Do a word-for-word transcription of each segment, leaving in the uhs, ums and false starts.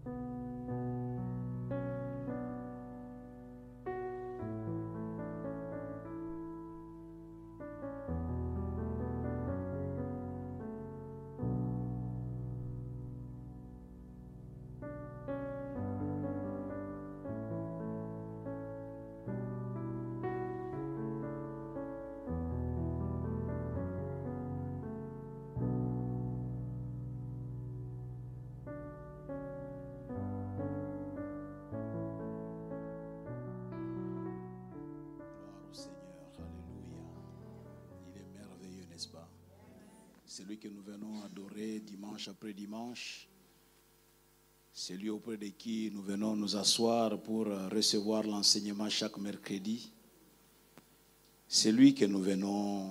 C'est lui que nous venons adorer dimanche après dimanche. C'est lui auprès de qui nous venons nous asseoir pour recevoir l'enseignement chaque mercredi. C'est lui que nous venons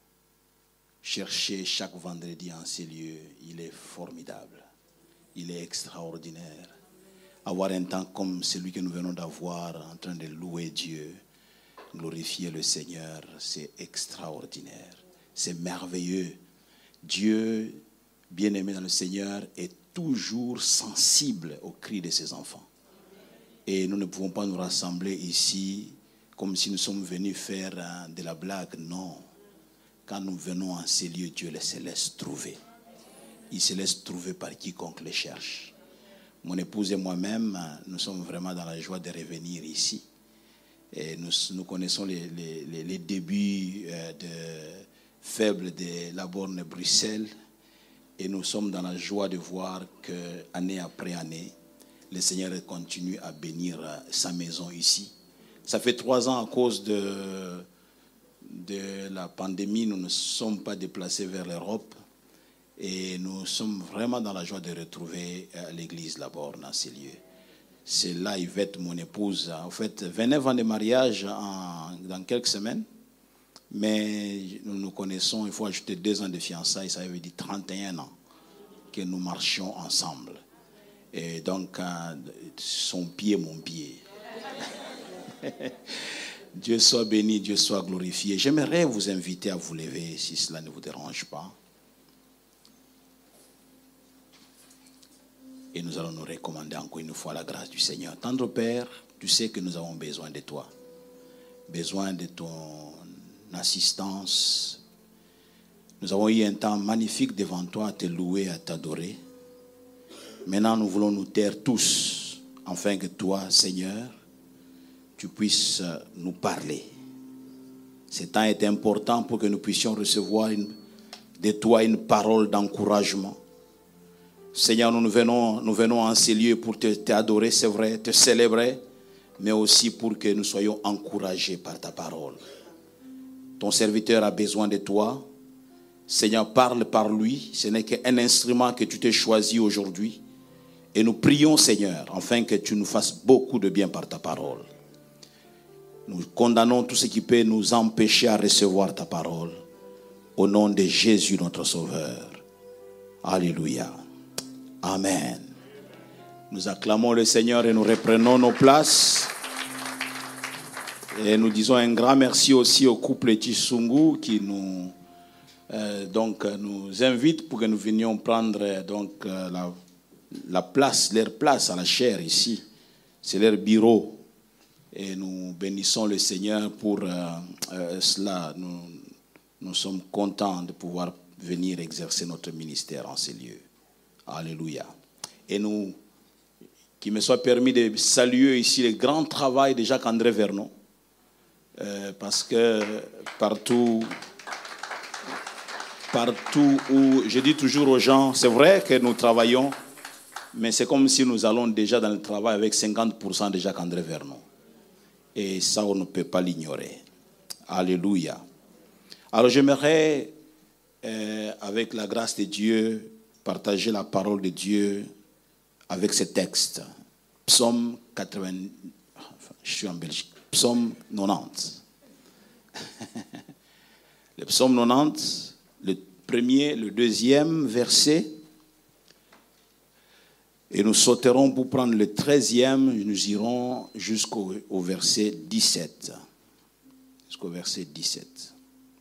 chercher chaque vendredi en ces lieux. Il est formidable. Il est extraordinaire. Avoir un temps comme celui que nous venons d'avoir en train de louer Dieu, glorifier le Seigneur, c'est extraordinaire. C'est merveilleux. Dieu, bien-aimé dans le Seigneur, est toujours sensible aux cris de ses enfants. Et nous ne pouvons pas nous rassembler ici comme si nous sommes venus faire de la blague. Non. Quand nous venons en ces lieux, Dieu se laisse trouver. Il se laisse trouver par quiconque le cherche. Mon épouse et moi-même, nous sommes vraiment dans la joie de revenir ici. Et nous, nous connaissons les, les, les débuts de... faible de la borne Bruxelles, et nous sommes dans la joie de voir que année après année, le Seigneur continue à bénir sa maison ici. Ça fait trois ans à cause de, de la pandémie, nous ne sommes pas déplacés vers l'Europe et nous sommes vraiment dans la joie de retrouver l'église là-bas dans ces lieux. C'est là Yvette, mon épouse, en fait, venait avant le mariage en, dans quelques semaines. Mais nous nous connaissons, il faut ajouter deux ans de fiançailles, ça veut dire trente et un ans que nous marchions ensemble. Et donc, son pied, mon pied. Dieu soit béni, Dieu soit glorifié. J'aimerais vous inviter à vous lever, si cela ne vous dérange pas. Et nous allons nous recommander encore une fois la grâce du Seigneur. Tendre Père, tu sais que nous avons besoin de toi. Besoin de ton assistance. Nous avons eu un temps magnifique devant toi à te louer, à t'adorer. Maintenant, nous voulons nous taire tous, afin que toi, Seigneur, tu puisses nous parler. Ce temps est important pour que nous puissions recevoir une, de toi une parole d'encouragement. Seigneur, nous venons, nous venons en ces lieux pour te, t'adorer, c'est vrai, te célébrer, mais aussi pour que nous soyons encouragés par ta parole. Ton serviteur a besoin de toi. Seigneur, parle par lui. Ce n'est qu'un instrument que tu t'es choisi aujourd'hui. Et nous prions, Seigneur, afin que tu nous fasses beaucoup de bien par ta parole. Nous condamnons tout ce qui peut nous empêcher à recevoir ta parole. Au nom de Jésus, notre Sauveur. Alléluia. Amen. Nous acclamons le Seigneur et nous reprenons nos places. Et nous disons un grand merci aussi au couple Chisungu qui nous, euh, donc, nous invite pour que nous venions prendre donc, euh, la, la place, leur place à la chaire ici. C'est leur bureau. Et nous bénissons le Seigneur pour euh, euh, cela. Nous, nous sommes contents de pouvoir venir exercer notre ministère en ces lieux. Alléluia. Et nous, qu'il me soit permis de saluer ici le grand travail de Jacques-André Vernon. Euh, parce que partout, partout où, je dis toujours aux gens, c'est vrai que nous travaillons, mais c'est comme si nous allons déjà dans le travail avec cinquante pour cent de Jacques-André Vernon. Et ça, on ne peut pas l'ignorer. Alléluia. Alors j'aimerais, euh, avec la grâce de Dieu, partager la parole de Dieu avec ce texte. Psaume quatre-vingts, je suis en Belgique. Psaume quatre-vingt-dix. Le psaume quatre-vingt-dix, le premier, le deuxième verset. Et nous sauterons pour prendre le treizième, nous irons jusqu'au au verset dix-sept. Jusqu'au verset dix-sept.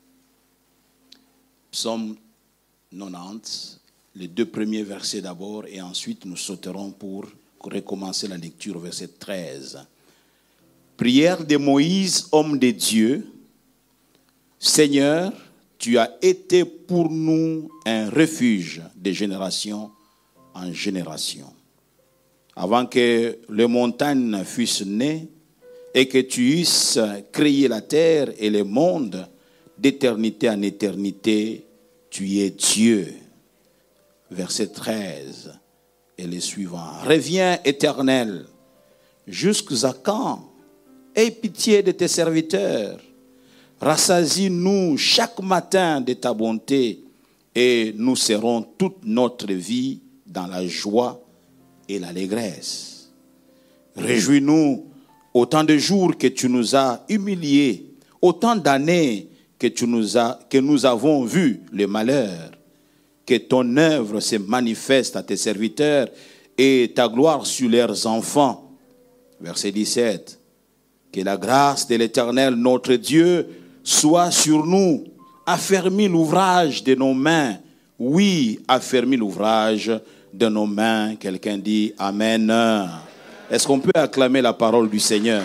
Psaume quatre-vingt-dix, les deux premiers versets d'abord, et ensuite nous sauterons pour recommencer la lecture au verset treize. Prière de Moïse, homme de Dieu. Seigneur, tu as été pour nous un refuge de génération en génération. Avant que les montagnes fussent nées et que tu eusses créé la terre et le monde, d'éternité en éternité, tu es Dieu. Verset treize et les suivants. Reviens, Éternel, jusqu'à quand? Aie pitié de tes serviteurs. Rassasie-nous chaque matin de ta bonté et nous serons toute notre vie dans la joie et l'allégresse. Réjouis-nous autant de jours que tu nous as humiliés, autant d'années que, tu nous as, que nous avons vu le malheur. Que ton œuvre se manifeste à tes serviteurs et ta gloire sur leurs enfants. Verset dix-sept. Que la grâce de l'Éternel, notre Dieu, soit sur nous. Affermis l'ouvrage de nos mains. Oui, affermis l'ouvrage de nos mains. Quelqu'un dit Amen. Est-ce qu'on peut acclamer la parole du Seigneur?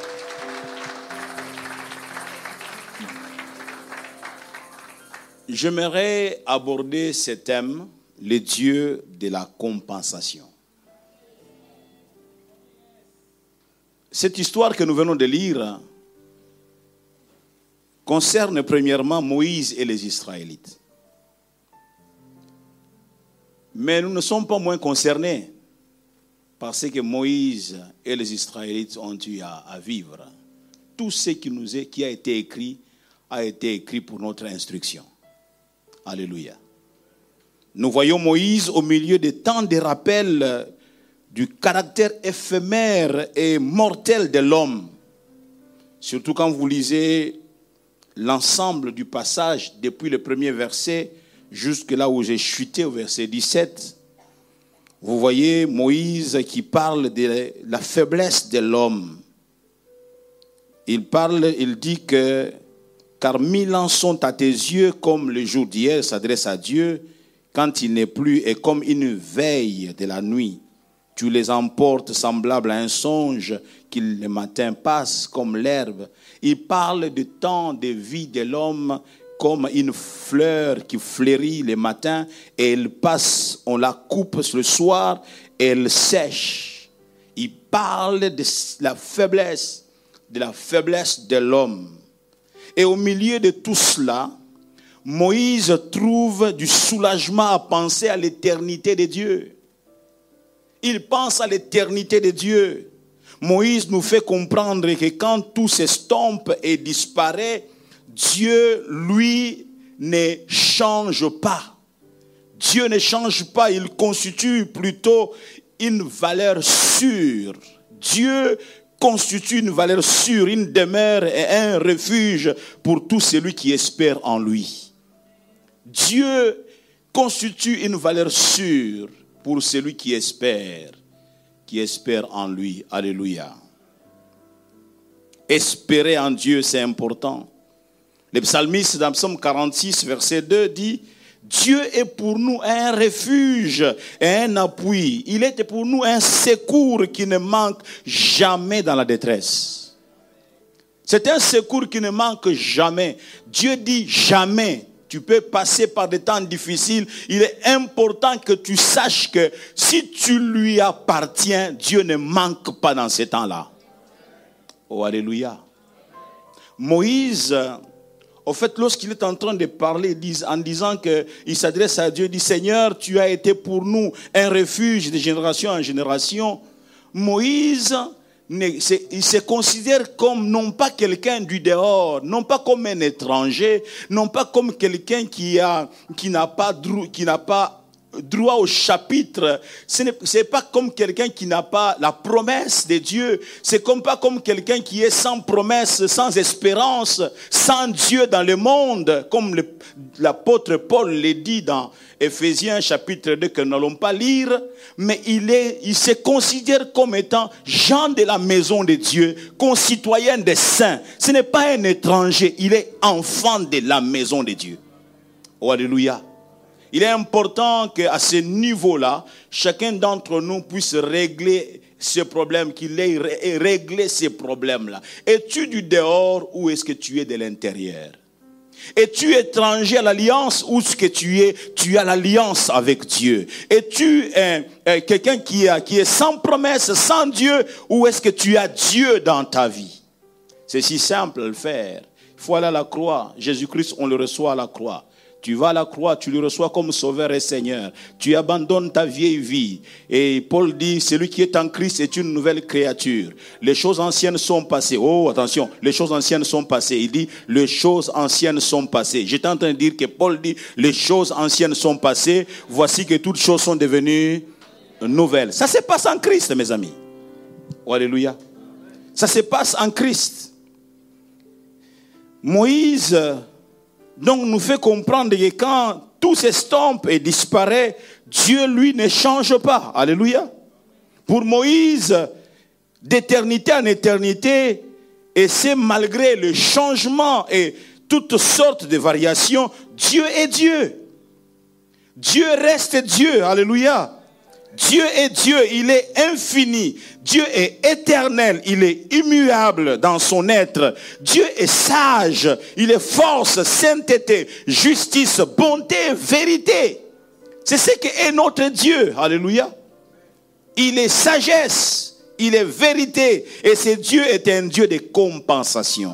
J'aimerais aborder ce thème, le Dieu de la compensation. Cette histoire que nous venons de lire concerne premièrement Moïse et les Israélites. Mais nous ne sommes pas moins concernés parce que Moïse et les Israélites ont eu à, à vivre. Tout ce qui, nous est, qui a été écrit a été écrit pour notre instruction. Alléluia. Nous voyons Moïse au milieu de tant de rappels du caractère éphémère et mortel de l'homme. Surtout quand vous lisez l'ensemble du passage depuis le premier verset jusque là où j'ai chuté au verset dix-sept. Vous voyez Moïse qui parle de la faiblesse de l'homme. Il parle, il dit que car mille ans sont à tes yeux comme le jour d'hier s'adresse à Dieu quand il n'est plus et comme une veille de la nuit. Tu les emportes semblables à un songe qui le matin passe comme l'herbe. Il parle du temps de vie de l'homme comme une fleur qui fleurit le matin et elle passe, on la coupe le soir et elle sèche. Il parle de la faiblesse, de la faiblesse de l'homme. Et au milieu de tout cela, Moïse trouve du soulagement à penser à l'éternité de Dieu. Il pense à l'éternité de Dieu. Moïse nous fait comprendre que quand tout s'estompe et disparaît, Dieu, lui, ne change pas. Dieu ne change pas, il constitue plutôt une valeur sûre. Dieu constitue une valeur sûre, une demeure et un refuge pour tout celui qui espère en lui. Dieu constitue une valeur sûre pour celui qui espère, qui espère en lui. Alléluia. Espérer en Dieu, c'est important. Le psalmiste dans Psaume quarante-six, verset deux dit « Dieu est pour nous un refuge et un appui. Il est pour nous un secours qui ne manque jamais dans la détresse. » C'est un secours qui ne manque jamais. Dieu dit jamais. Tu peux passer par des temps difficiles. Il est important que tu saches que si tu lui appartiens, Dieu ne manque pas dans ces temps-là. Oh, alléluia. Moïse, au fait, lorsqu'il est en train de parler en disant qu'il s'adresse à Dieu, il dit « Seigneur, tu as été pour nous un refuge de génération en génération ». Moïse, il se considère comme non pas quelqu'un du dehors, non pas comme un étranger, non pas comme quelqu'un qui a, qui n'a pas, qui n'a pas droit au chapitre. Ce n'est, c'est pas comme quelqu'un qui n'a pas la promesse de Dieu. C'est comme pas comme quelqu'un qui est sans promesse, sans espérance, sans Dieu dans le monde, comme le, l'apôtre Paul le dit dans Éphésiens chapitre deux que nous n'allons pas lire. Mais il est, il se considère comme étant gens de la maison de Dieu, concitoyen des saints. Ce n'est pas un étranger, il est enfant de la maison de Dieu. Oh, alléluia. Il est important qu'à ce niveau-là, chacun d'entre nous puisse régler ce problème, qu'il ait réglé ces problèmes-là. Es-tu du dehors ou est-ce que tu es de l'intérieur? Es-tu étranger à l'alliance ou est-ce que tu es, tu as l'alliance avec Dieu? Es-tu euh, euh, quelqu'un qui, a, qui est sans promesse, sans Dieu, ou est-ce que tu as Dieu dans ta vie? C'est si simple à le faire. Il faut aller à la croix. Jésus-Christ, on le reçoit à la croix. Tu vas à la croix, tu le reçois comme Sauveur et Seigneur. Tu abandonnes ta vieille vie. Et Paul dit, celui qui est en Christ est une nouvelle créature. Les choses anciennes sont passées. Oh, attention, les choses anciennes sont passées. Il dit, les choses anciennes sont passées. J'étais en train de dire que Paul dit, les choses anciennes sont passées. Voici que toutes choses sont devenues nouvelles. Ça se passe en Christ, mes amis. Oh, alléluia. Ça se passe en Christ. Moïse... Donc, nous fait comprendre que quand tout s'estompe et disparaît, Dieu, lui, ne change pas. Alléluia. Pour Moïse, d'éternité en éternité, et c'est malgré le changement et toutes sortes de variations, Dieu est Dieu. Dieu reste Dieu. Alléluia. Dieu est Dieu, il est infini. Dieu est éternel, il est immuable dans son être. Dieu est sage, il est force, sainteté, justice, bonté, vérité. C'est ce qu'est notre Dieu. Alléluia. Il est sagesse, il est vérité. Et ce Dieu est un Dieu de compensation.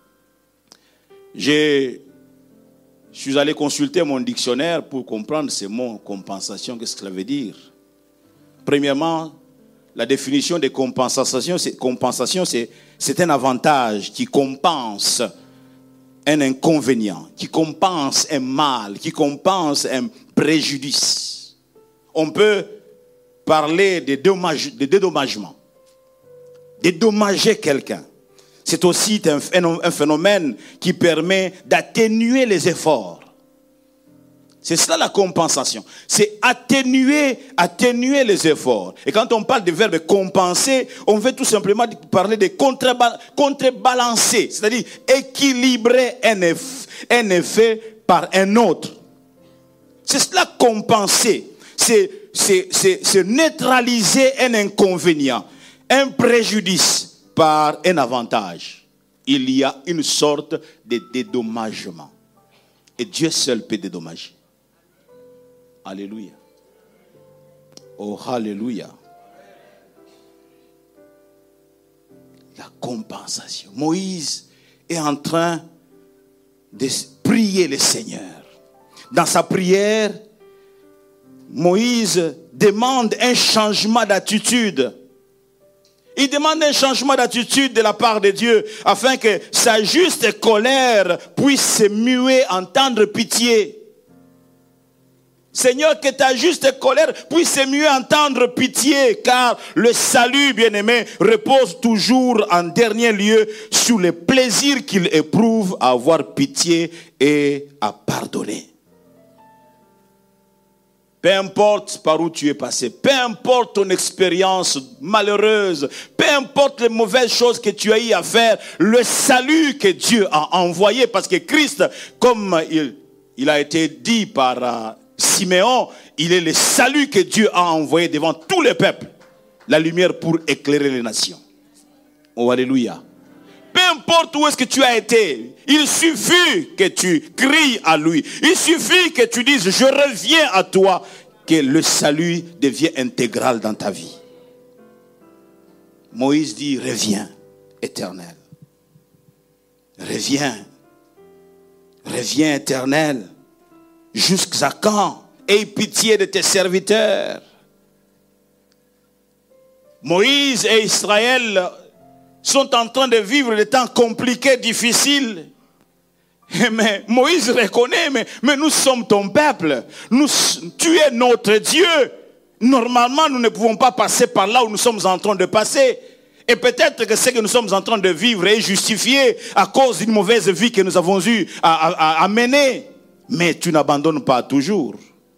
J'ai... Je suis allé consulter mon dictionnaire pour comprendre ce mot compensation, qu'est-ce que ça veut dire. Premièrement, la définition de compensation, c'est, compensation, c'est, c'est un avantage qui compense un inconvénient, qui compense un mal, qui compense un préjudice. On peut parler de, dommage, de dédommagement, dédommager quelqu'un. C'est aussi un, un, un phénomène qui permet d'atténuer les efforts. C'est cela la compensation. C'est atténuer, atténuer les efforts. Et quand on parle du verbe compenser, on veut tout simplement parler de contrebalancer, c'est-à-dire équilibrer un effet, un effet par un autre. C'est cela compenser. C'est, c'est, c'est, c'est neutraliser un inconvénient, un préjudice par un avantage. Il y a une sorte de dédommagement. Et Dieu seul peut dédommager. Alléluia. Oh, alléluia. La compensation. Moïse est en train de prier le Seigneur. Dans sa prière, Moïse demande un changement d'attitude. Il demande un changement d'attitude de la part de Dieu afin que sa juste colère puisse se muer en tendre pitié. Seigneur, que ta juste colère puisse mieux entendre pitié, car le salut, bien-aimé, repose toujours en dernier lieu sur le plaisir qu'il éprouve à avoir pitié et à pardonner. Peu importe par où tu es passé, peu importe ton expérience malheureuse, peu importe les mauvaises choses que tu as eu à faire, le salut que Dieu a envoyé, parce que Christ, comme il, il a été dit par... Uh, Siméon, il est le salut que Dieu a envoyé devant tous les peuples. La lumière pour éclairer les nations. Oh, alléluia. Peu importe où est-ce que tu as été, il suffit que tu cries à lui. Il suffit que tu dises, je reviens à toi, que le salut devient intégral dans ta vie. Moïse dit, reviens, éternel. Reviens. Reviens, éternel. Jusqu'à quand? Aie pitié de tes serviteurs. Moïse et Israël sont en train de vivre des temps compliqués, difficiles. Mais Moïse reconnaît, mais, mais nous sommes ton peuple. Nous, tu es notre Dieu. Normalement, nous ne pouvons pas passer par là où nous sommes en train de passer. Et peut-être que ce que nous sommes en train de vivre est justifié à cause d'une mauvaise vie que nous avons eu à, à, à mener. Mais tu n'abandonnes pas toujours.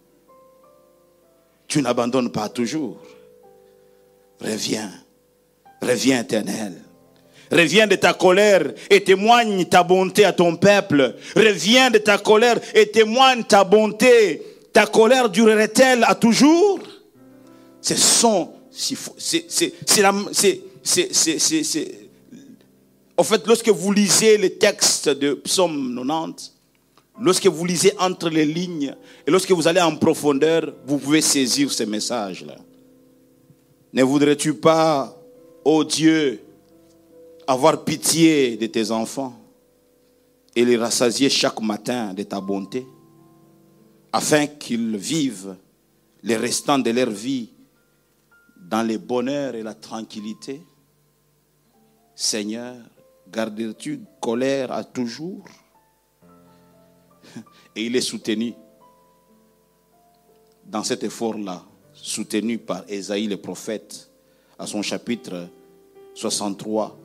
Tu n'abandonnes pas toujours. Reviens. Reviens, Éternel. Reviens de ta colère et témoigne ta bonté à ton peuple. Reviens de ta colère et témoigne ta bonté Ta colère durerait-elle à toujours? C'est son, c'est, c'est, c'est la, c'est, c'est, c'est, c'est, c'est. En fait, lorsque vous lisez les textes de Psaume quatre-vingt-dix, lorsque vous lisez entre les lignes et lorsque vous allez en profondeur, vous pouvez saisir ces messages-là. Ne voudrais-tu pas, ô Dieu, avoir pitié de tes enfants et les rassasier chaque matin de ta bonté, afin qu'ils vivent les restants de leur vie dans le bonheur et la tranquillité? Seigneur, garderas-tu colère à toujours? Et il est soutenu dans cet effort-là, soutenu par Ésaïe le prophète, à son chapitre soixante-trois.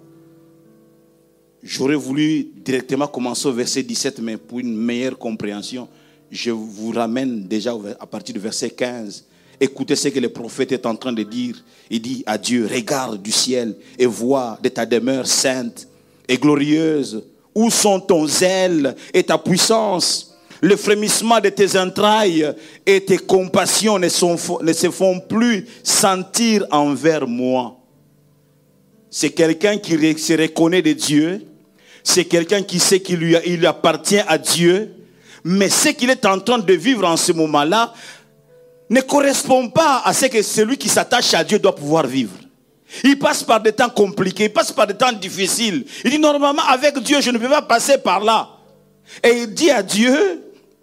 J'aurais voulu directement commencer au verset dix-sept, mais pour une meilleure compréhension, je vous ramène déjà à partir du verset quinze. Écoutez ce que le prophète est en train de dire. Il dit à Dieu: regarde du ciel et vois de ta demeure sainte et glorieuse, où sont ton zèle et ta puissance? Le frémissement de tes entrailles et tes compassions ne, sont, ne se font plus sentir envers moi. C'est quelqu'un qui se reconnaît de Dieu. C'est quelqu'un qui sait qu'il lui, il appartient à Dieu. Mais ce qu'il est en train de vivre en ce moment-là ne correspond pas à ce que celui qui s'attache à Dieu doit pouvoir vivre. Il passe par des temps compliqués, il passe par des temps difficiles. Il dit normalement avec Dieu je ne peux pas passer par là. Et il dit à Dieu: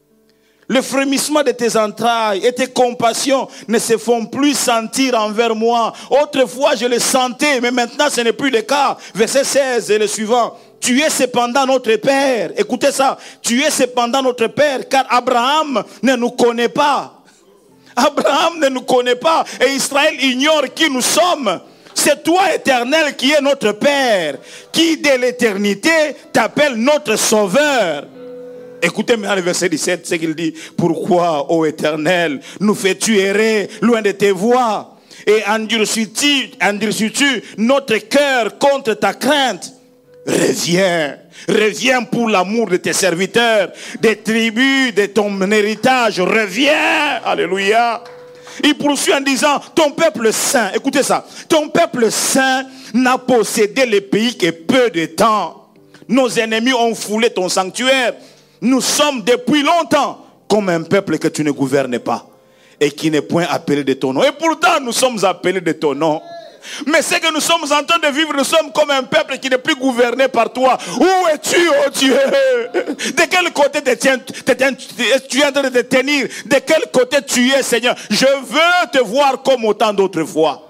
le frémissement de tes entrailles et tes compassions ne se font plus sentir envers moi. Autrefois je le sentais, mais maintenant ce n'est plus le cas. Verset seize et le suivant. Tu es cependant notre Père. Écoutez ça. Tu es cependant notre Père, car Abraham ne nous connaît pas. Abraham ne nous connaît pas et Israël ignore qui nous sommes. C'est toi, Éternel, qui es notre Père, qui dès l'éternité t'appelle notre Sauveur. Écoutez maintenant le verset dix-sept, ce qu'il dit. Pourquoi, ô Éternel, nous fais-tu errer loin de tes voies? Et endurcis-tu, endurcis-tu notre cœur contre ta crainte? Reviens, reviens pour l'amour de tes serviteurs, des tribus de ton héritage, reviens, alléluia. Il poursuit en disant: ton peuple saint, écoutez ça, ton peuple saint n'a possédé le pays que peu de temps. Nos ennemis ont foulé ton sanctuaire. Nous sommes depuis longtemps comme un peuple que tu ne gouvernes pas et qui n'est point appelé de ton nom. Et pourtant nous sommes appelés de ton nom. Mais ce que nous sommes en train de vivre, nous sommes comme un peuple qui n'est plus gouverné par toi. Où es-tu, oh Dieu? De quel côté te tiens, te tiens, tu es en train de te tenir? De quel côté tu es, Seigneur? Je veux te voir comme autant d'autres fois.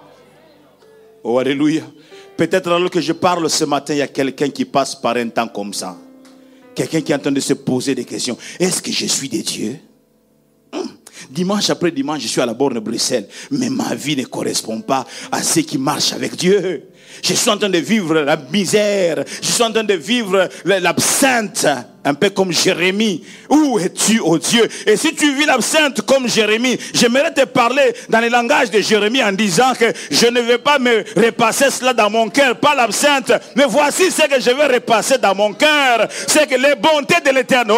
Oh, alléluia. Peut-être alors que je parle ce matin, il y a quelqu'un qui passe par un temps comme ça. Quelqu'un qui est en train de se poser des questions. Est-ce que je suis de Dieu? hum. Dimanche après dimanche, je suis à la borne de Bruxelles. Mais ma vie ne correspond pas à ceux qui marchent avec Dieu. Je suis en train de vivre la misère. Je suis en train de vivre l'absinthe. Un peu comme Jérémie. Où es-tu, ô Dieu? Et si tu vis l'absinthe comme Jérémie, j'aimerais te parler dans le langage de Jérémie en disant que je ne vais pas me repasser cela dans mon cœur, pas l'absinthe. Mais voici ce que je vais repasser dans mon cœur. C'est que les bontés de l'Éternel,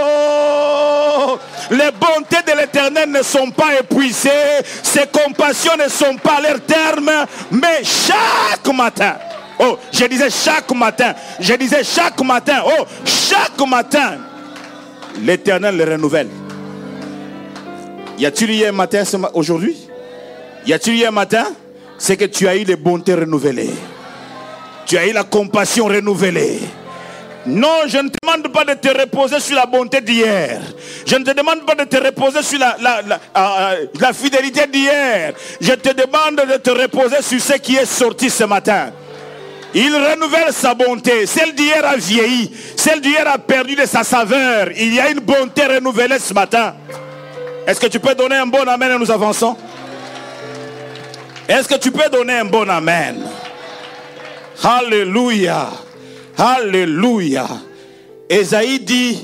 oh, les bontés de l'Éternel ne sont pas épuisées. Ses compassions ne sont pas à leur terme. Mais chaque matin, oh, je disais chaque matin, je disais chaque matin, oh, chaque matin, l'Éternel le renouvelle. Y a-t-il eu un matin aujourd'hui? Y a-t-il eu un matin? C'est que tu as eu les bontés renouvelées. Tu as eu la compassion renouvelée. Non, je ne te demande pas de te reposer sur la bonté d'hier. Je ne te demande pas de te reposer sur la, la, la, euh, la fidélité d'hier. Je te demande de te reposer sur ce qui est sorti ce matin. Il renouvelle sa bonté. Celle d'hier a vieilli. Celle d'hier a perdu de sa saveur. Il y a une bonté renouvelée ce matin. Est-ce que tu peux donner un bon amen et nous avançons? Est-ce que tu peux donner un bon amen? Alléluia. Alléluia. Ésaïe dit: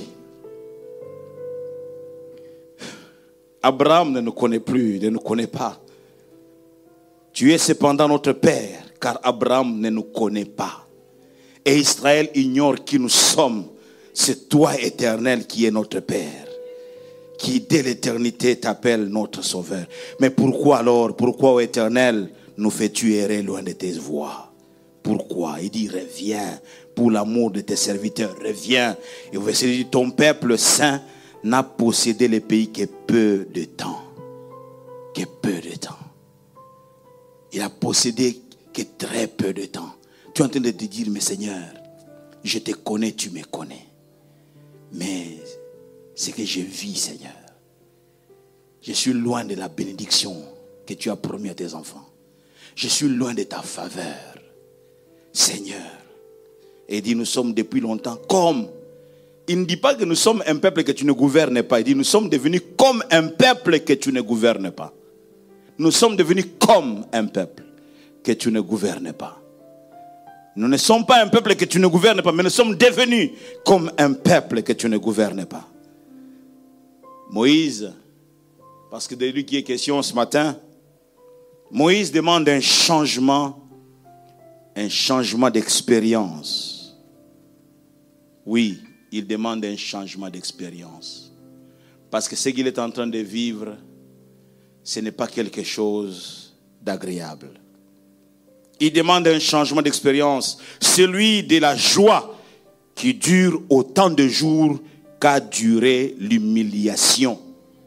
Abraham ne nous connaît plus, ne nous connaît pas. Tu es cependant notre Père, car Abraham ne nous connaît pas. Et Israël ignore qui nous sommes. C'est toi, Éternel, qui es notre Père. qui dès l'éternité t'appelle notre Sauveur. Mais pourquoi alors, pourquoi ô Éternel, nous fais-tu errer loin de tes voies? Pourquoi? Il dit, reviens pour l'amour de tes serviteurs, reviens. Et au verset dit, ton peuple saint n'a possédé le pays que peu de temps. Que peu de temps. Il a possédé que très peu de temps. Tu es en train de te dire, mais Seigneur, je te connais, tu me connais. Mais ce que je vis, Seigneur, je suis loin de la bénédiction que tu as promis à tes enfants. Je suis loin de ta faveur, Seigneur. Et il dit, nous sommes depuis longtemps comme. Il ne dit pas que nous sommes un peuple que tu ne gouvernes pas. Il dit, nous sommes devenus comme un peuple que tu ne gouvernes pas. Nous sommes devenus comme un peuple que tu ne gouvernes pas. Nous ne sommes pas un peuple que tu ne gouvernes pas, mais nous sommes devenus comme un peuple que tu ne gouvernes pas. Moïse, parce que de lui qui est question ce matin, Moïse demande un changement, un changement d'expérience. Oui, il demande un changement d'expérience. Parce que ce qu'il est en train de vivre, ce n'est pas quelque chose d'agréable. Il demande un changement d'expérience, celui de la joie qui dure autant de jours qu'a duré l'humiliation.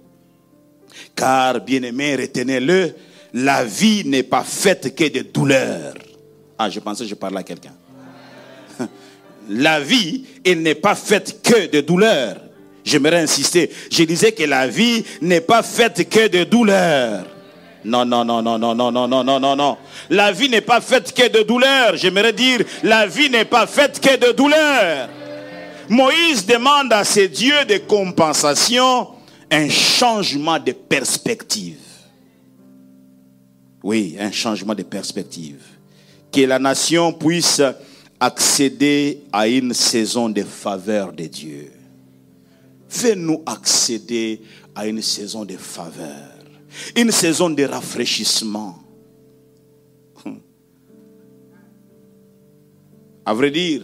Car, bien-aimés, retenez-le, la vie n'est pas faite que de douleurs. Ah, je pensais que je parlais à quelqu'un. La vie, elle n'est pas faite que de douleurs. J'aimerais insister. Je disais que la vie n'est pas faite que de douleurs. Non, non, non, non, non, non, non, non, non, non, non. La vie n'est pas faite que de douleurs. J'aimerais dire, la vie n'est pas faite que de douleurs. Moïse demande à ses dieux de compensation un changement de perspective. Oui, un changement de perspective. Que la nation puisse accéder à une saison de faveur de Dieu. Fais-nous accéder à une saison de faveur. Une saison de rafraîchissement. À vrai dire,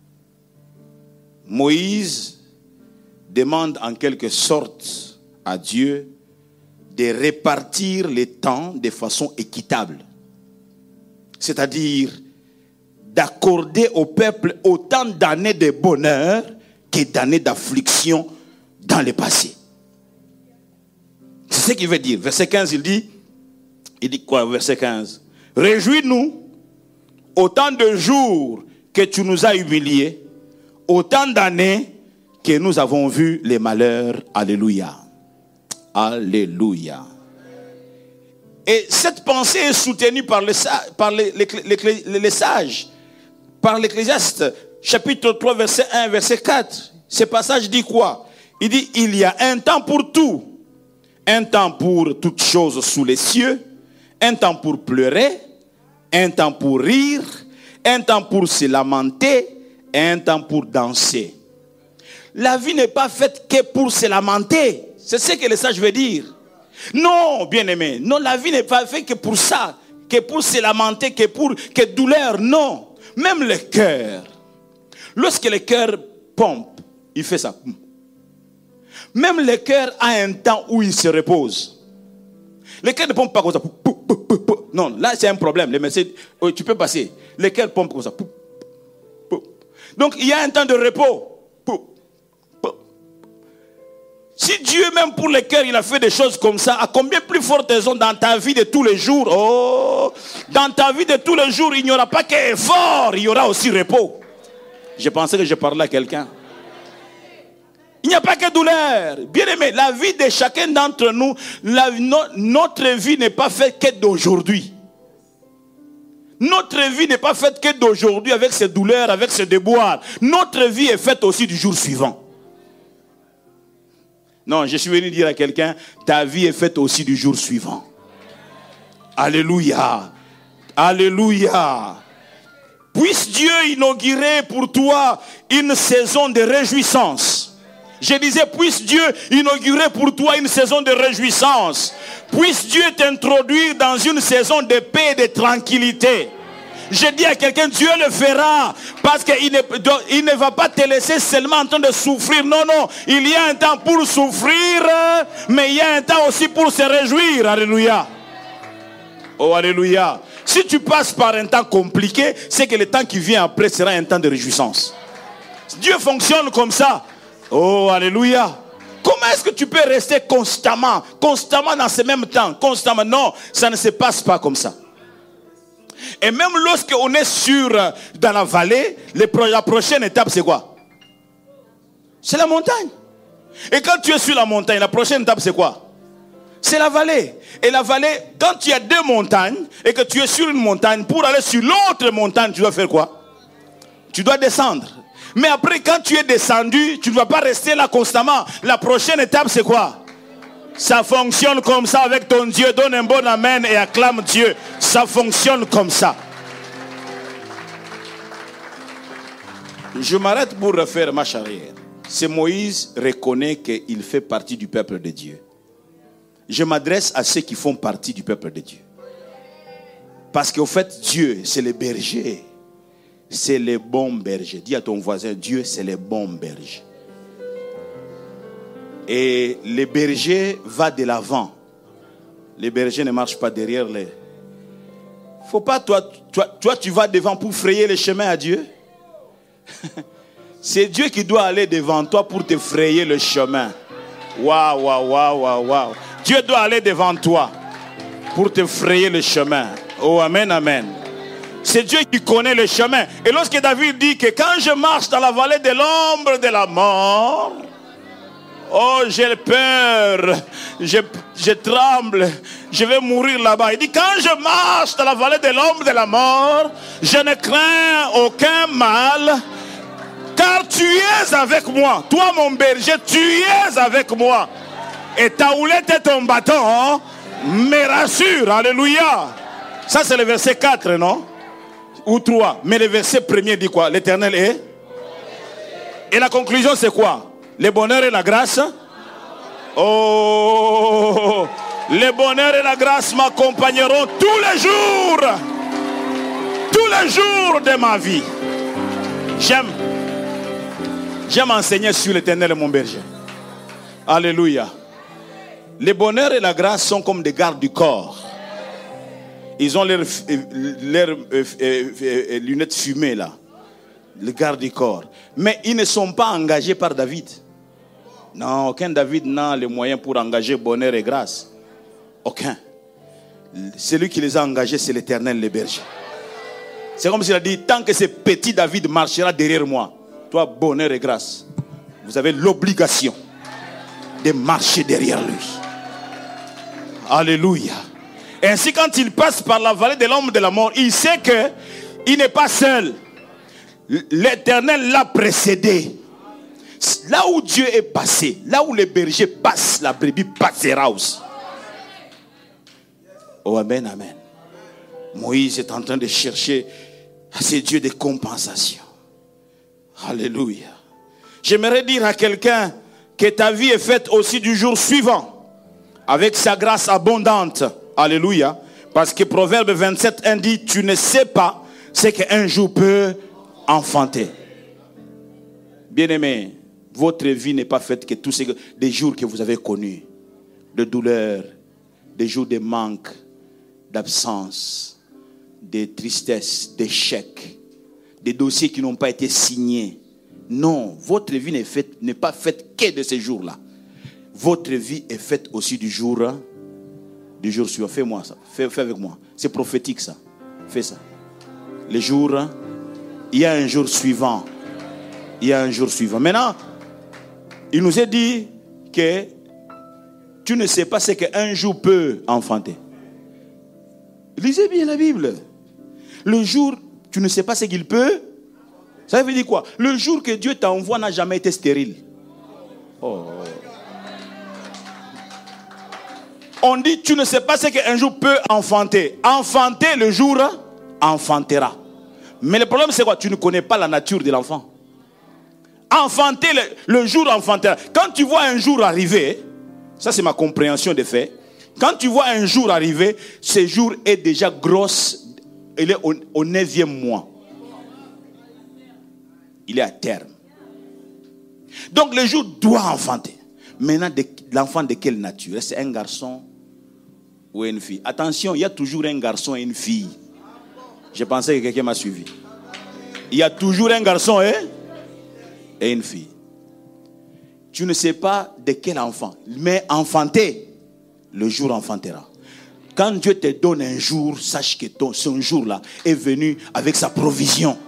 Moïse demande en quelque sorte à Dieu de répartir les temps de façon équitable. C'est-à-dire d'accorder au peuple autant d'années de bonheur que d'années d'affliction dans le passé. C'est ce qu'il veut dire. Verset quinze, il dit, il dit quoi, verset quinze? Réjouis-nous autant de jours que tu nous as humiliés, autant d'années que nous avons vu les malheurs. Alléluia. Alléluia. Et cette pensée est soutenue par les, par les, les, les, les, les sages, par l'Ecclésiaste, chapitre trois, verset un, verset quatre. Ce passage dit quoi? Il dit, il y a un temps pour tout. Un temps pour toutes choses sous les cieux, un temps pour pleurer, un temps pour rire, un temps pour se lamenter, et un temps pour danser. La vie n'est pas faite que pour se lamenter. C'est ce que le sage veut dire. Non, bien-aimé, non, la vie n'est pas faite que pour ça, que pour se lamenter, que pour que douleur, non. Même le cœur, lorsque le cœur pompe, il fait ça. Même le cœur a un temps où il se repose. Le cœur ne pompe pas comme ça. Non, là c'est un problème. Le médecin, tu peux passer. Le cœur pompe comme ça. Donc il y a un temps de repos. Si Dieu, même pour le cœur, il a fait des choses comme ça, à combien plus forte raison dans ta vie de tous les jours? Oh, dans ta vie de tous les jours, il n'y aura pas qu'effort, il y aura aussi repos. Je pensais que je parlais à quelqu'un. Il n'y a pas que douleur. Bien aimé, la vie de chacun d'entre nous, la, no, notre vie n'est pas faite que d'aujourd'hui. Notre vie n'est pas faite que d'aujourd'hui avec ses douleurs, avec ses déboires. Notre vie est faite aussi du jour suivant. Non, je suis venu dire à quelqu'un, ta vie est faite aussi du jour suivant. Alléluia. Alléluia. Puisse Dieu inaugurer pour toi une saison de réjouissance. Je disais, puisse Dieu inaugurer pour toi une saison de réjouissance. Puisse Dieu t'introduire dans une saison de paix et de tranquillité. Je dis à quelqu'un, Dieu le fera. Parce qu'il ne, il ne va pas te laisser seulement en train de souffrir. Non, non. Il y a un temps pour souffrir, mais il y a un temps aussi pour se réjouir. Alléluia. Oh, alléluia. Si tu passes par un temps compliqué, c'est que le temps qui vient après sera un temps de réjouissance. Dieu fonctionne comme ça. Oh, alléluia. Comment est-ce que tu peux rester constamment, constamment dans ce même temps, constamment? Non, ça ne se passe pas comme ça. Et même lorsqu'on est sur, dans la vallée, la prochaine étape c'est quoi? C'est la montagne. Et quand tu es sur la montagne, la prochaine étape c'est quoi? C'est la vallée. Et la vallée, quand tu as deux montagnes et que tu es sur une montagne, pour aller sur l'autre montagne, tu dois faire quoi? Tu dois descendre. Mais après, quand tu es descendu, tu ne vas pas rester là constamment. La prochaine étape, c'est quoi? Ça fonctionne comme ça avec ton Dieu. Donne un bon amen et acclame Dieu. Ça fonctionne comme ça. Je m'arrête pour refaire marche arrière. C'est Moïse reconnaît qu'il fait partie du peuple de Dieu. Je m'adresse à ceux qui font partie du peuple de Dieu. Parce qu'au fait, Dieu, c'est le berger. C'est le bon berger. Dis à ton voisin, Dieu, c'est le bon berger. Et le berger va de l'avant. Le berger ne marche pas derrière les... Faut pas, toi, toi, toi, tu vas devant pour frayer le chemin à Dieu. C'est Dieu qui doit aller devant toi pour te frayer le chemin. Waouh, waouh, waouh, waouh, waouh. Dieu doit aller devant toi pour te frayer le chemin. Oh, amen, amen. C'est Dieu qui connaît le chemin. Et lorsque David dit que quand je marche dans la vallée de l'ombre de la mort, oh, j'ai peur, je, je tremble, je vais mourir là-bas. Il dit, quand je marche dans la vallée de l'ombre de la mort, je ne crains aucun mal, car tu es avec moi. Toi, mon berger, tu es avec moi. Et ta houlette et ton bâton hein, me rassurent. Alléluia. Ça, c'est le verset quatre, non? Ou trois. Mais le verset premier dit quoi? L'Éternel est. Et la conclusion, c'est quoi? Le bonheur et la grâce. Oh, le bonheur et la grâce m'accompagneront tous les jours. Tous les jours de ma vie. J'aime. J'aime enseigner sur l'Éternel mon berger. Alléluia. Le bonheur et la grâce sont comme des gardes du corps. Ils ont leurs leur, euh, euh, euh, lunettes fumées là. Le garde du corps. Mais ils ne sont pas engagés par David. Non, aucun David n'a les moyens pour engager bonheur et grâce. Aucun. Celui qui les a engagés, c'est l'Éternel, le berger. C'est comme s'il a dit, tant que ce petit David marchera derrière moi, toi, bonheur et grâce, vous avez l'obligation de marcher derrière lui. Alléluia. Et ainsi, quand il passe par la vallée de l'ombre de la mort, il sait qu'il n'est pas seul. L'Éternel l'a précédé. Là où Dieu est passé, là où le berger passe, la brebis passera aussi. Oh, amen, amen. Moïse est en train de chercher à ces dieux de compensation. Alléluia. J'aimerais dire à quelqu'un que ta vie est faite aussi du jour suivant, avec sa grâce abondante. Alléluia. Parce que Proverbe vingt-sept un dit, tu ne sais pas ce qu'un jour peut enfanter. Bien-aimé, votre vie n'est pas faite que tous ces des jours que vous avez connus, de douleur, des jours de manque, d'absence, de tristesse, d'échec, des dossiers qui n'ont pas été signés. Non, votre vie n'est, faite, n'est pas faite que de ces jours-là. Votre vie est faite aussi du jour, du jour suivant. Fais-moi ça, fais, fais avec moi. C'est prophétique ça. Fais ça. Les jours, il y a un jour suivant. Il y a un jour suivant. Maintenant, il nous est dit que tu ne sais pas ce qu'un jour peut enfanter. Lisez bien la Bible. Le jour, tu ne sais pas ce qu'il peut. Ça veut dire quoi? Le jour que Dieu t'envoie n'a jamais été stérile. Oh. On dit tu ne sais pas ce qu'un jour peut enfanter. Enfanter le jour enfantera. Mais le problème c'est quoi? Tu ne connais pas la nature de l'enfant. Enfanter le, le jour enfantera. Quand tu vois un jour arriver, ça c'est ma compréhension des faits. Quand tu vois un jour arriver, ce jour est déjà grosse il est au, au neuvième mois. Il est à terme. Donc le jour doit enfanter. Maintenant, de, l'enfant de quelle nature? C'est un garçon ou une fille? Attention, il y a toujours un garçon et une fille. Je pensais que quelqu'un m'a suivi. Il y a toujours un garçon et, et une fille. Tu ne sais pas de quel enfant, mais enfanter, le jour enfantera. Quand Dieu te donne un jour, sache que ton, ce jour-là est venu avec sa provision.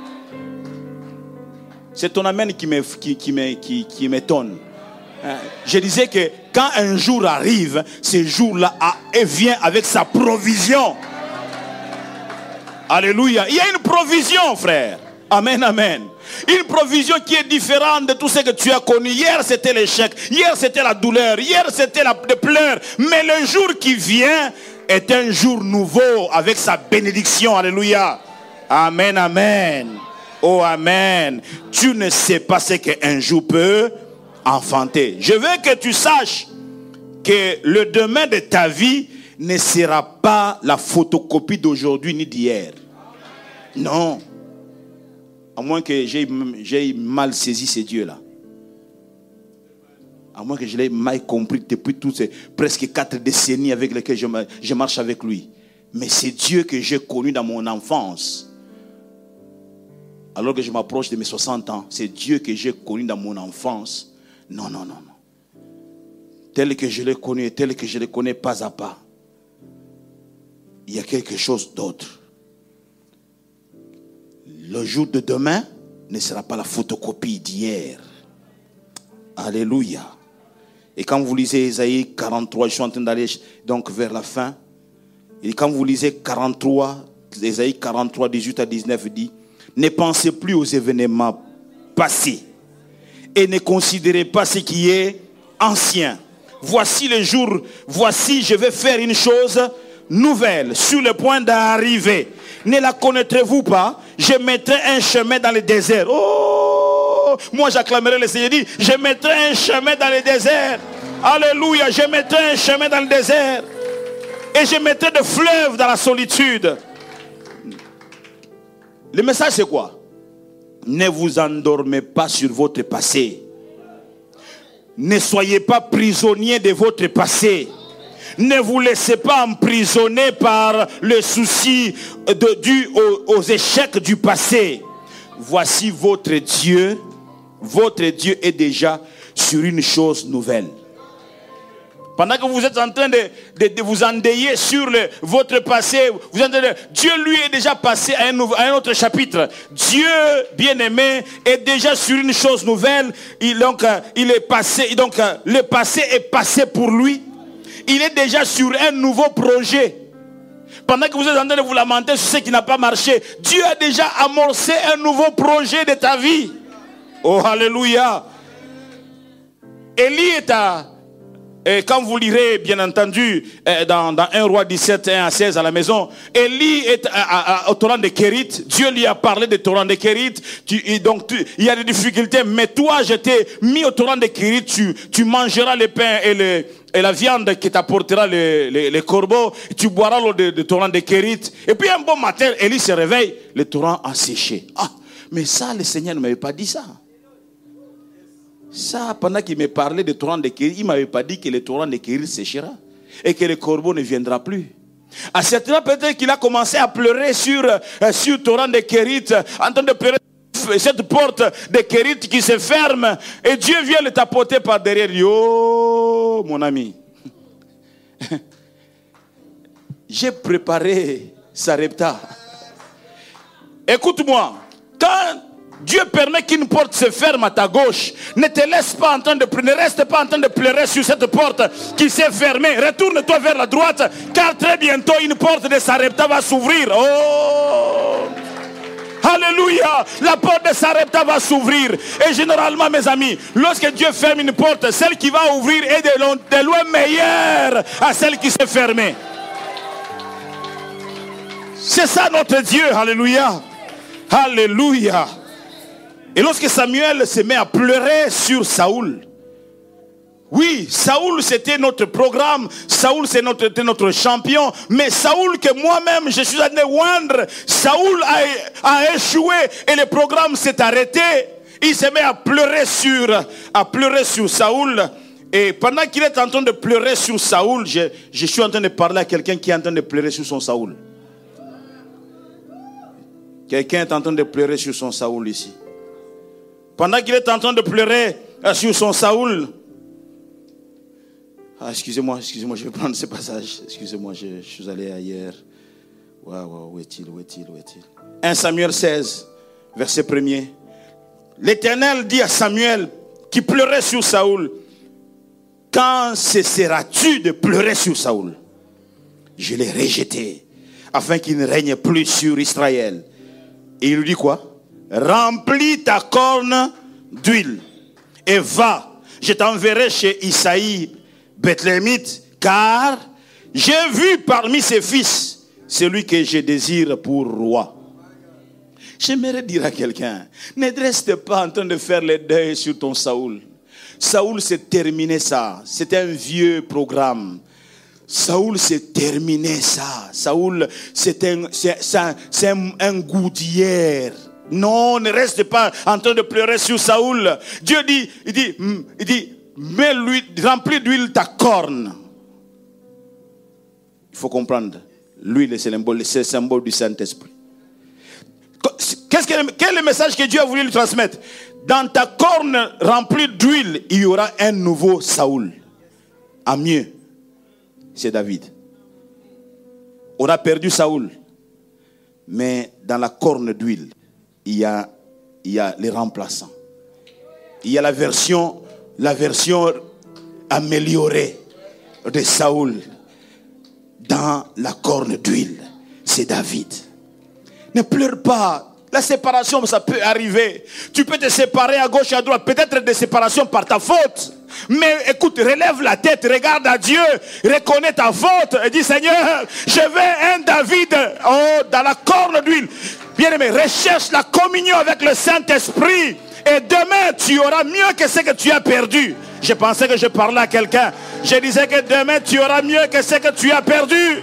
C'est ton amen qui, me, qui, qui, me, qui, qui m'étonne. Je disais que quand un jour arrive, ce jour-là vient avec sa provision. Alléluia. Il y a une provision, frère. Amen, amen. Une provision qui est différente de tout ce que tu as connu. Hier, c'était l'échec. Hier, c'était la douleur. Hier, c'était la pleurs. Mais le jour qui vient est un jour nouveau avec sa bénédiction. Alléluia. Amen, amen. Oh, amen. Tu ne sais pas ce qu'un jour peut enfanter. Je veux que tu saches que le demain de ta vie ne sera pas la photocopie d'aujourd'hui ni d'hier. Non. À moins que j'ai, j'ai mal saisi ces dieux-là. À moins que je l'ai mal compris depuis toutes ces presque quatre décennies avec lesquelles je, je marche avec lui. Mais c'est Dieu que j'ai connu dans mon enfance. Alors que je m'approche de mes soixante ans, c'est Dieu que j'ai connu dans mon enfance. Non, non, non, non. Tel que je l'ai connu et tel que je le connais pas à pas. Il y a quelque chose d'autre. Le jour de demain ne sera pas la photocopie d'hier. Alléluia. Et quand vous lisez Ésaïe quarante-trois, je suis en train d'aller donc vers la fin. Et quand vous lisez quarante-trois, Ésaïe quarante-trois, dix-huit à dix-neuf dit: ne pensez plus aux événements passés et ne considérez pas ce qui est ancien. Voici le jour, voici je vais faire une chose nouvelle sur le point d'arriver. Ne la connaîtrez-vous pas? Je mettrai un chemin dans le désert. Oh, moi j'acclamerai le Seigneur. Dit, je mettrai un chemin dans le désert. Alléluia, je mettrai un chemin dans le désert. Et je mettrai des fleuves dans la solitude. Le message c'est quoi? Ne vous endormez pas sur votre passé. Ne soyez pas prisonniers de votre passé. Ne vous laissez pas emprisonner par le souci de, dû aux, aux échecs du passé. Voici votre Dieu. Votre Dieu est déjà sur une chose nouvelle. Pendant que vous êtes en train de, de, de vous endeiller sur le, votre passé, vous êtes en train de, Dieu lui est déjà passé à un, à un autre chapitre. Dieu, bien-aimé, est déjà sur une chose nouvelle. Il, donc, il est passé, donc, le passé est passé pour lui. Il est déjà sur un nouveau projet. Pendant que vous êtes en train de vous lamenter sur ce qui n'a pas marché, Dieu a déjà amorcé un nouveau projet de ta vie. Oh, alléluia. Élie est à... Et quand vous lirez, bien entendu, dans, dans un roi dix-sept, un à seize à la maison, Élie est à, à, à, au torrent de Kérit. Dieu lui a parlé de torrent de Kérit. Tu, et donc, tu, il y a des difficultés. Mais toi, je t'ai mis au torrent de Kérit. Tu, tu mangeras le pain et, le, et la viande qui t'apportera les, les, les corbeaux. Tu boiras l'eau de, de torrent de Kérit. Et puis un bon matin, Élie se réveille. Le torrent a séché. Ah, mais ça, le Seigneur ne m'avait pas dit ça. Ça, pendant qu'il me parlait de torrent de Kérit, il ne m'avait pas dit que le torrent de Kérit séchera et que le corbeau ne viendra plus. À ce moment, peut-être qu'il a commencé à pleurer sur euh, sur le torrent de Kérit, en train de pleurer cette porte de Kérit qui se ferme et Dieu vient le tapoter par derrière. Oh, mon ami, j'ai préparé Sarepta. Écoute-moi, quand Dieu permet qu'une porte se ferme à ta gauche, ne te laisse pas en train de ne reste pas en train de pleurer sur cette porte qui s'est fermée. Retourne-toi vers la droite, car très bientôt une porte de Sarepta va s'ouvrir. Oh! Alléluia! La porte de Sarepta va s'ouvrir. Et généralement, mes amis, lorsque Dieu ferme une porte, celle qui va ouvrir est de loin, de loin meilleure à celle qui s'est fermée. C'est ça notre Dieu. Alléluia! Alléluia! Et lorsque Samuel se met à pleurer sur Saoul, Oui, Saoul c'était notre programme, Saoul c'est notre, c'était notre champion, mais Saoul que moi-même je suis allé oindre, Saoul a, a échoué et le programme s'est arrêté. Il se met à pleurer sur, à pleurer sur Saoul. Et pendant qu'il est en train de pleurer sur Saoul, je, je suis en train de parler à quelqu'un qui est en train de pleurer sur son Saoul. Quelqu'un est en train de pleurer sur son Saoul ici. Pendant qu'il est en train de pleurer sur son Saoul. Ah, excusez-moi, excusez-moi, je vais prendre ce passage. Excusez-moi, je, je suis allé ailleurs. Waouh, wow, où est-il, où est-il, où est-il? premier Samuel seize, verset premier. L'Éternel dit à Samuel, qui pleurait sur Saoul, quand cesseras-tu de pleurer sur Saoul? Je l'ai rejeté, afin qu'il ne règne plus sur Israël. Et il lui dit quoi? Remplis ta corne d'huile et va, je t'enverrai chez Isaïe, Bethléemite, car j'ai vu parmi ses fils celui que je désire pour roi. J'aimerais dire à quelqu'un, ne reste pas en train de faire le deuil sur ton Saoul. Saoul c'est terminé ça, c'est un vieux programme. Saoul c'est terminé ça. Saoul c'est un, c'est, c'est un, c'est un, un goût d'hier. Non, ne reste pas en train de pleurer sur Saoul. Dieu dit, il dit, il dit, mets l'huile, remplis d'huile ta corne. Il faut comprendre, l'huile c'est le symbole, c'est le symbole du Saint-Esprit. Qu'est-ce que, quel est le message que Dieu a voulu lui transmettre? Dans ta corne remplie d'huile, il y aura un nouveau Saoul. À mieux, c'est David. On a perdu Saoul, mais dans la corne d'huile, il y a, il y a les remplaçants. Il y a la version, la version améliorée de Saoul. Dans la corne d'huile, c'est David. Ne pleure pas. La séparation, ça peut arriver. Tu peux te séparer à gauche et à droite. Peut-être des séparations par ta faute. Mais écoute, relève la tête, regarde à Dieu, reconnais ta faute et dis Seigneur, je veux un David oh, dans la corne d'huile. Bien-aimé, recherche la communion avec le Saint-Esprit. Et demain, tu auras mieux que ce que tu as perdu. Je pensais que je parlais à quelqu'un. Je disais que demain, tu auras mieux que ce que tu as perdu.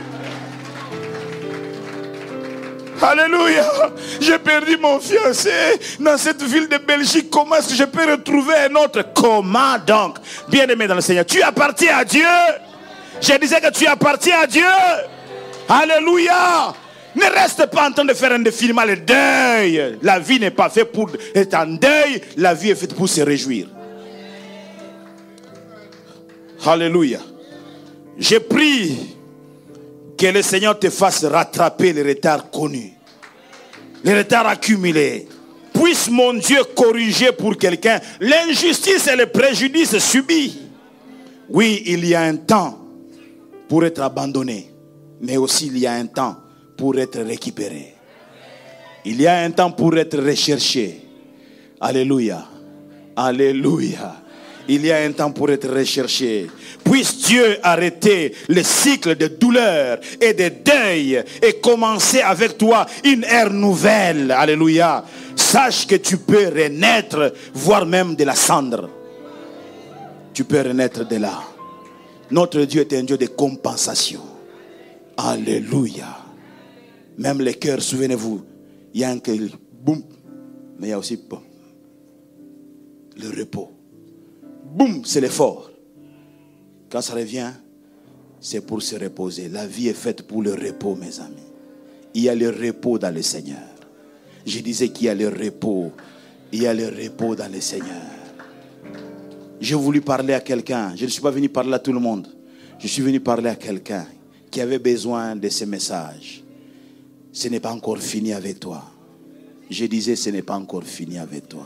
Alléluia. J'ai perdu mon fiancé dans cette ville de Belgique. Comment est-ce que je peux retrouver un autre? Comment donc? Bien-aimé dans le Seigneur, tu appartiens à Dieu. Je disais que tu appartiens à Dieu. Alléluia. Ne reste pas en train de faire un défilement, le deuil. La vie n'est pas faite pour être en deuil. La vie est faite pour se réjouir. Alléluia. Je prie que le Seigneur te fasse rattraper les retards connus, les retards accumulés. Puisse mon Dieu corriger pour quelqu'un l'injustice et le préjudice subis. Oui, il y a un temps pour être abandonné, mais aussi il y a un temps pour être récupéré. Il y a un temps pour être recherché. Alléluia. Alléluia. Il y a un temps pour être recherché. Puisse Dieu arrêter le cycle de douleur et de deuil et commencer avec toi une ère nouvelle. Alléluia. Sache que tu peux renaître, voire même de la cendre. Tu peux renaître de là. Notre Dieu est un Dieu de compensation. Alléluia. Même les cœurs, souvenez-vous, il y a un cœur, boum, mais il y a aussi boum, le repos. Boum, c'est l'effort. Quand ça revient, c'est pour se reposer. La vie est faite pour le repos, mes amis. Il y a le repos dans le Seigneur. Je disais qu'il y a le repos. Il y a le repos dans le Seigneur. J'ai voulu parler à quelqu'un. Je ne suis pas venu parler à tout le monde. Je suis venu parler à quelqu'un qui avait besoin de ce message. Ce n'est pas encore fini avec toi. Je disais, ce n'est pas encore fini avec toi.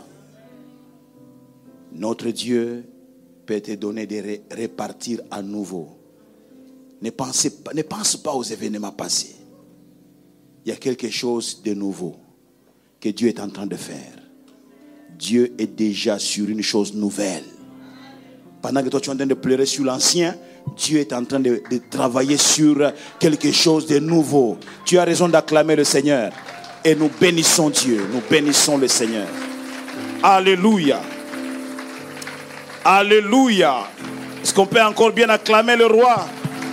Notre Dieu peut te donner de repartir à nouveau. Ne pensez pas, ne pense pas aux événements passés. Il y a quelque chose de nouveau que Dieu est en train de faire. Dieu est déjà sur une chose nouvelle. Pendant que toi tu es en train de pleurer sur l'ancien, Dieu est en train de, de travailler sur quelque chose de nouveau. Tu as raison d'acclamer le Seigneur. Et nous bénissons Dieu. Nous bénissons le Seigneur. Alléluia. Alléluia. Est-ce qu'on peut encore bien acclamer le roi?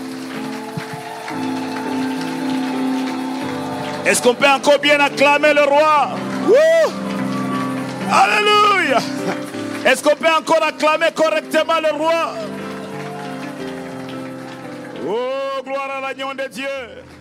Est-ce qu'on peut encore bien acclamer le roi? Woo! Alléluia! Est-ce qu'on peut encore acclamer correctement le roi? Oh, gloire à l'agneau de Dieu!